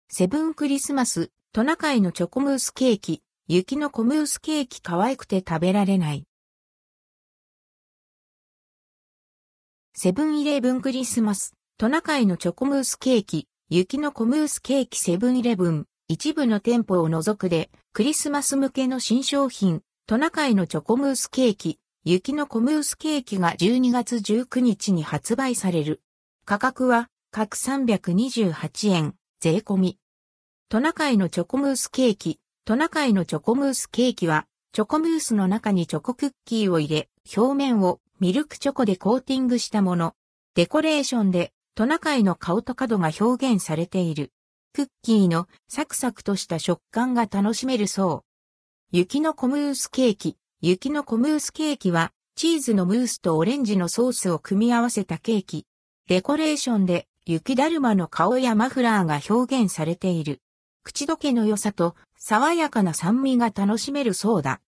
セブンクリスマス、トナカイのチョコムースケーキ、雪のコムースケーキ可愛くて食べられない。セブンイレブンクリスマス、トナカイのチョコムースケーキ、雪のコムースケーキセブンイレブン、一部の店舗を除くで、クリスマス向けの新商品、トナカイのチョコムースケーキ、雪のコムースケーキが12月19日に発売される。価格は、各328円、税込み。トナカイのチョコムースケーキ、トナカイのチョコムースケーキは、チョコムースの中にチョコクッキーを入れ、表面をミルクチョコでコーティングしたもの。デコレーションでトナカイの顔と角が表現されている。クッキーのサクサクとした食感が楽しめるそう。雪のコムースケーキ。雪のコムースケーキはチーズのムースとオレンジのソースを組み合わせたケーキ。デコレーションで雪だるまの顔やマフラーが表現されている。口どけの良さと爽やかな酸味が楽しめるそうだ。